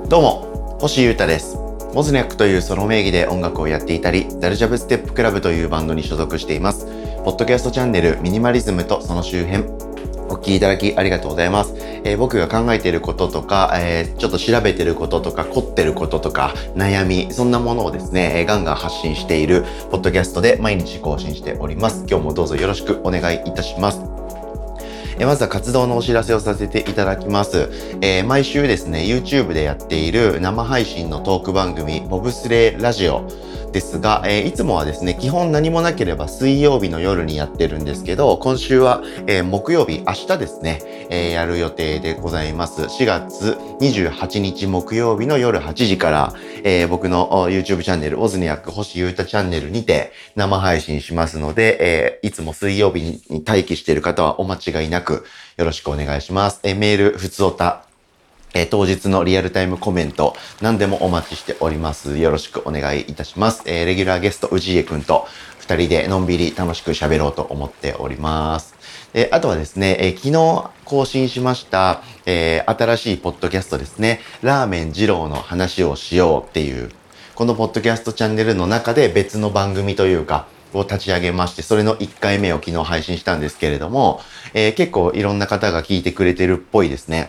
どうも、星優太です。モズニャックというソロ名義で音楽をやっていたり、ダルジャブステップクラブというバンドに所属しています。ポッドキャストチャンネルミニマリズムとその周辺、お聞きいただきありがとうございます。僕が考えていることとか、ちょっと調べていることとか、凝ってることとか、悩み、そんなものをですね、ガンガン発信しているポッドキャストで毎日更新しております。今日もどうぞよろしくお願いいたします。まずは活動のお知らせをさせていただきます。毎週ですね、YouTube でやっている生配信のトーク番組、ボブスレーラジオですが、いつもはですね、基本何もなければ水曜日の夜にやってるんですけど、今週は、木曜日、明日ですね、やる予定でございます。4月28日木曜日の夜8時から、僕の YouTube チャンネル、オズニャック星優太チャンネルにて生配信しますので、いつも水曜日に待機している方はお間違いなくよろしくお願いします。メール、ふつおた、当日のリアルタイムコメント、何でもお待ちしております。よろしくお願いいたします。レギュラーゲスト、氏家くんと二人でのんびり楽しく喋ろうと思っております。あとはですね、昨日更新しました、新しいポッドキャストですね、ラーメン二郎の話をしようっていう、このポッドキャストチャンネルの中で別の番組というか、を立ち上げまして、それの1回目を昨日配信したんですけれども、結構いろんな方が聞いてくれてるっぽいですね。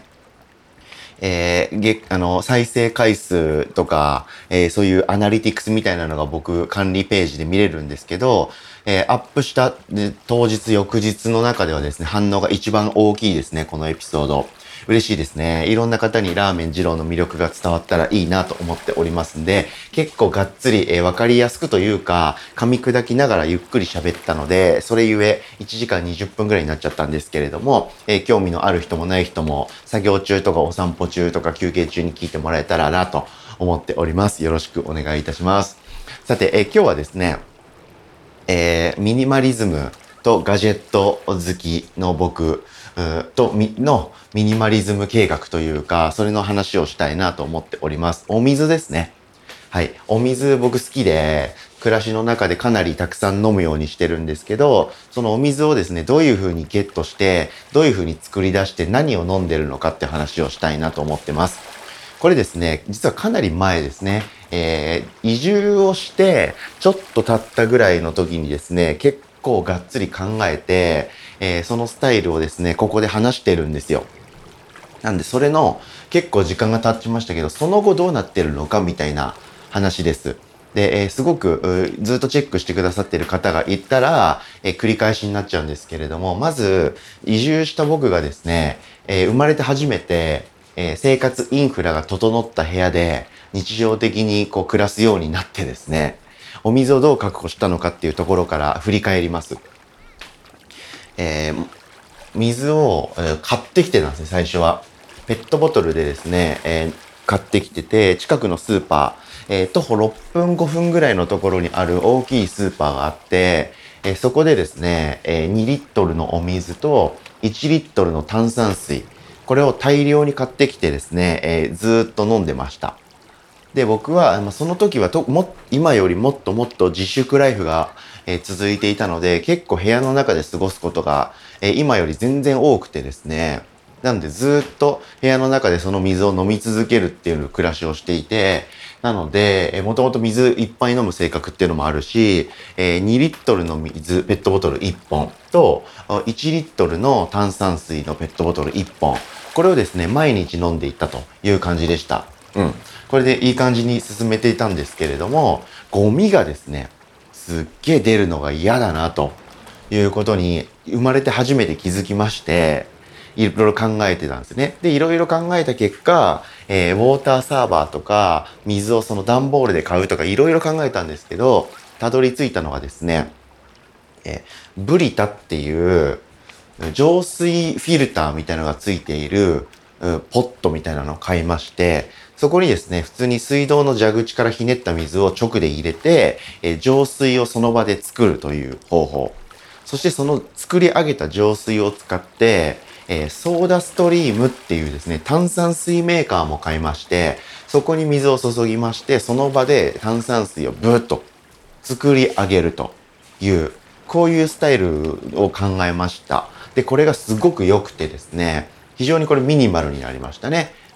再生回数とか、そういうアナリティクスみたいなのが僕管理ページで見れるんですけど、アップした当日翌日の中ではですね、反応が一番大きいですね、このエピソード。嬉しいですね。いろんな方にラーメン二郎の魅力が伝わったらいいなと思っておりますんで、結構がっつり、わかりやすくというか、噛み砕きながらゆっくり喋ったので、それゆえ1時間20分ぐらいになっちゃったんですけれども、興味のある人もない人も、作業中とかお散歩中とか休憩中に聞いてもらえたらなと思っております。よろしくお願いいたします。さて、今日はですね、ミニマリズムとガジェット好きの僕のミニマリズム計画というか、それの話をしたいなと思っております。お水ですね。はい。お水僕好きで、暮らしの中でかなりたくさん飲むようにしてるんですけど、そのお水をですね、どういう風にゲットして、どういう風に作り出して何を飲んでるのかって話をしたいなと思ってます。これですね、実はかなり前ですね、移住をして、ちょっと経ったぐらいの時にですね、結構がっつり考えて、そのスタイルをですね、ここで話してるんですよ。なんで、それの結構時間が経ちましたけど、その後どうなってるのかみたいな話です。で、すごくずっとチェックしてくださっている方がいたら、繰り返しになっちゃうんですけれども、まず移住した僕がですね、生まれて初めて、生活インフラが整った部屋で日常的にこう暮らすようになってですね、お水をどう確保したのかっていうところから振り返ります。水を、買ってきてたんですね、最初は。ペットボトルでですね、買ってきてて、近くのスーパー、徒歩6分5分ぐらいのところにある大きいスーパーがあって、そこでですね、2リットルのお水と1リットルの炭酸水、これを大量に買ってきてですね、ずーっと飲んでました。で、僕は、その時は今よりもっともっと自粛ライフが、続いていたので、結構部屋の中で過ごすことが、今より全然多くてですね。なんでずっと部屋の中でその水を飲み続けるっていう暮らしをしていて、なので、もともと水いっぱい飲む性格っていうのもあるし、2リットルの水、ペットボトル1本と、1リットルの炭酸水のペットボトル1本。これをですね、毎日飲んでいったという感じでした。うん。これでいい感じに進めていたんですけれども、ゴミがですね、すっげえ出るのが嫌だなということに生まれて初めて気づきまして、いろいろ考えてたんですね。で、いろいろ考えた結果、ウォーターサーバーとか、水をその段ボールで買うとかいろいろ考えたんですけど、たどり着いたのがですね、ブリタっていう浄水フィルターみたいなのがついているポットみたいなのを買いまして、そこにですね、普通に水道の蛇口からひねった水を直で入れて、浄水をその場で作るという方法。そしてその作り上げた浄水を使って、ソーダストリームっていうですね、炭酸水メーカーも買いまして、そこに水を注ぎまして、その場で炭酸水をブーッと作り上げるという、こういうスタイルを考えました。で、これがすごく良くてですね、非常にこれミニマルになりましたね。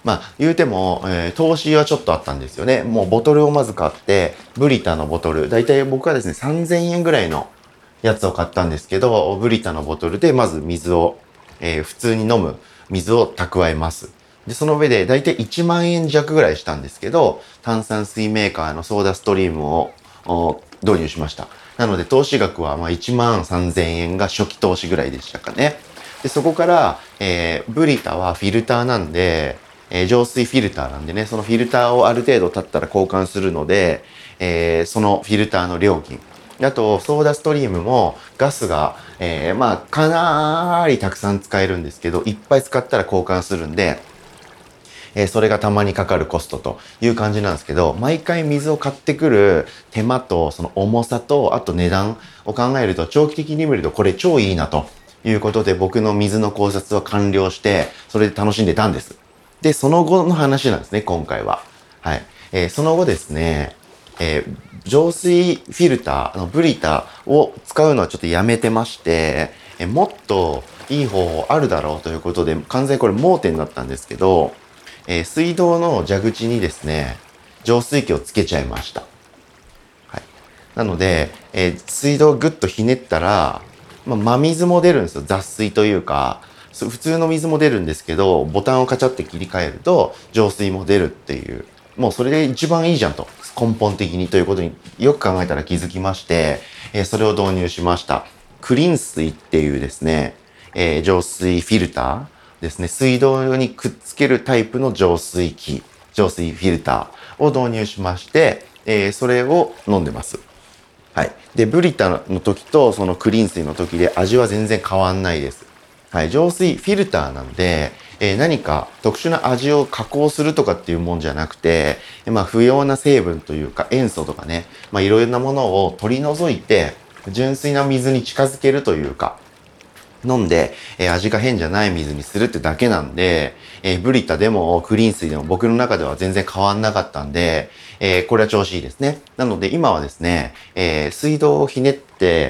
言うても、投資はちょっとあったんですよね。もうボトルをまず買って、ブリタのボトル、だいたい僕はですね、3000円ぐらいのやつを買ったんですけど、ブリタのボトルでまず水を、普通に飲む水を蓄えます。で、その上でだいたい1万円弱ぐらいしたんですけど、炭酸水メーカーのソーダストリームを導入しました。なので投資額は1万3000円が初期投資ぐらいでしたかね。で、そこから、ブリタはフィルターなんで、浄水フィルターなんでね、そのフィルターをある程度経ったら交換するので、そのフィルターの料金。あと、ソーダストリームもガスが、かなりたくさん使えるんですけど、いっぱい使ったら交換するんで、それがたまにかかるコストという感じなんですけど、毎回水を買ってくる手間とその重さと、あと値段を考えると、長期的に見るとこれ超いいなということで、僕の水の考察は完了して、それで楽しんでたんです。で、その後の話なんですね、今回は。はい。その後ですね、浄水フィルター、ブリタを使うのはちょっとやめてまして、もっといい方法あるだろうということで、完全にこれ盲点だったんですけど、水道の蛇口にですね、浄水器をつけちゃいました。はい。なので、水道をぐっとひねったら、真水も出るんですよ。雑水というか、普通の水も出るんですけど、ボタンをカチャって切り替えると、浄水も出るっていう。もうそれで一番いいじゃんと。根本的にということによく考えたら気づきまして、それを導入しました。クリーン水っていうですね、浄水フィルターですね。水道にくっつけるタイプの浄水器、浄水フィルターを導入しまして、それを飲んでます。はい。で、ブリタの時とそのクリーン水の時で味は全然変わんないです。はい。浄水フィルターなんで、何か特殊な味を加工するとかっていうもんじゃなくて、不要な成分というか塩素とかね、いろいろなものを取り除いて、純粋な水に近づけるというか、飲んで、味が変じゃない水にするってだけなんで、ブリタでもクリーン水でも僕の中では全然変わんなかったんで、これは調子いいですね。なので今はですね、水道をひねって、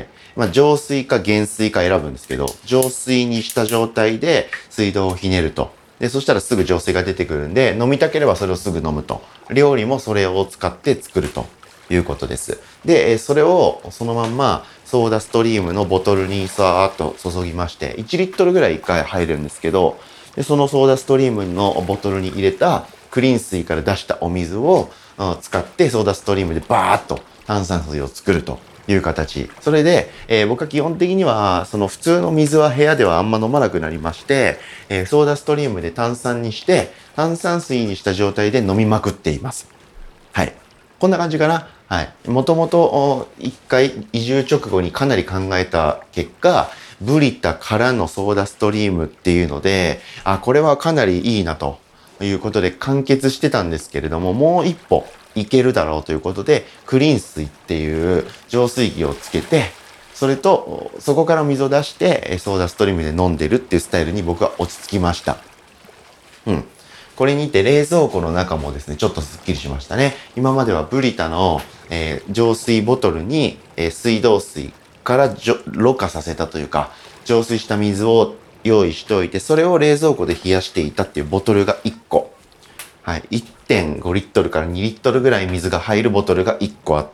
浄水か減水か選ぶんですけど、浄水にした状態で水道をひねると。で、そしたらすぐ浄水が出てくるんで、飲みたければそれをすぐ飲むと。料理もそれを使って作るということです。で、それをそのまんまソーダストリームのボトルにさーっと注ぎまして、1リットルぐらい1回入るんですけど、でそのソーダストリームのボトルに入れたクリーン水から出したお水を使ってソーダストリームでバーッと炭酸水を作るという形。それで、僕は基本的にはその普通の水は部屋ではあんま飲まなくなりまして、ソーダストリームで炭酸にして炭酸水にした状態で飲みまくっています。はい。こんな感じかな。はい。もともと一回移住直後にかなり考えた結果、ブリタからのソーダストリームっていうので、これはかなりいいなということで完結してたんですけれども、もう一歩いけるだろうということで、クリーン水っていう浄水器をつけて、それと、そこから水を出して、ソーダストリームで飲んでるっていうスタイルに僕は落ち着きました。うん。これにて冷蔵庫の中もですね、ちょっとスッキリしましたね。今まではブリタの、浄水ボトルに、水道水からろ過させたというか、浄水した水を用意しておいて、それを冷蔵庫で冷やしていたっていうボトルが1個。はい。1.5 リットルから2リットルぐらい水が入るボトルが1個あって、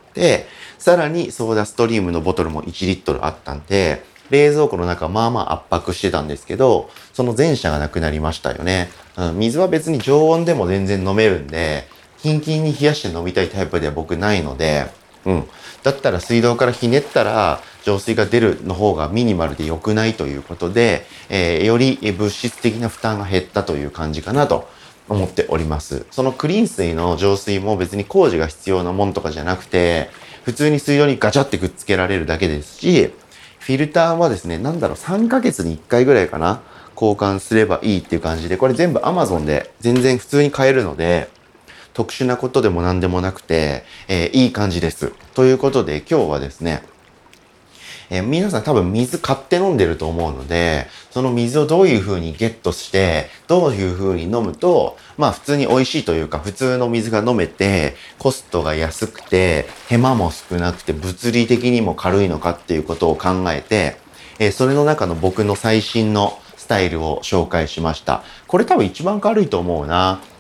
さらにソーダストリームのボトルも1リットルあったんで、冷蔵庫の中まあまあ圧迫してたんですけど、その前者がなくなりましたよね。水は別に常温でも全然飲めるんで、キンキンに冷やして飲みたいタイプでは僕ないので、だったら水道からひねったら浄水が出るの方がミニマルで良くないということで、より物質的な負担が減ったという感じかなと思っております。そのクリーン水の浄水も別に工事が必要なもんとかじゃなくて、普通に水道にガチャってくっつけられるだけですし、フィルターはですね、3ヶ月に1回ぐらいかな、交換すればいいっていう感じで、これ全部 Amazon で全然普通に買えるので、特殊なことでも何でもなくて、いい感じです。ということで今日はですね、皆さん多分水買って飲んでると思うので、その水をどういう風にゲットして、どういう風に飲むと、普通に美味しいというか、普通の水が飲めて、コストが安くて、手間も少なくて、物理的にも軽いのかっていうことを考えて、それの中の僕の最新のスタイルを紹介しました。これ多分一番軽いと思うな。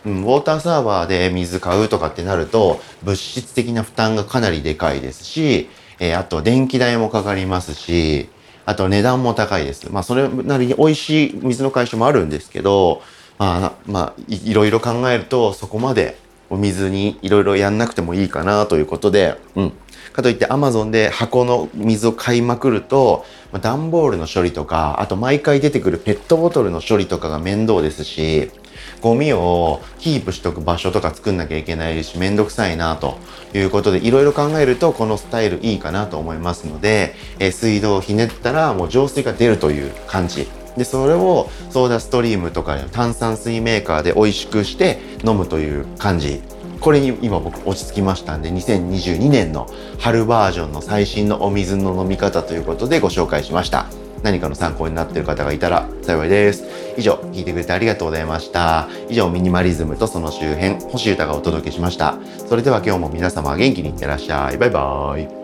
ウォーターサーバーで水買うとかってなると、物質的な負担がかなりでかいですし、あと電気代もかかりますし、あと値段も高いです。それなりに美味しい水の回収もあるんですけど、いろいろ考えると、そこまでお水にいろいろやんなくてもいいかなということで、かといって Amazon で箱の水を買いまくると、段ボールの処理とか、あと毎回出てくるペットボトルの処理とかが面倒ですし、ゴミをキープしとく場所とか作んなきゃいけないし、めんどくさいなということで、いろいろ考えるとこのスタイルいいかなと思いますので、水道をひねったらもう浄水が出るという感じ。で、それをソーダストリームとか炭酸水メーカーで美味しくして飲むという感じ。これに今僕落ち着きましたんで、2022年の春バージョンの最新のお水の飲み方ということでご紹介しました。何かの参考になっている方がいたら幸いです。以上、聞いてくれてありがとうございました。以上、ミニマリズムとその周辺、星歌がお届けしました。それでは今日も皆様元気にいってらっしゃい。バイバーイ。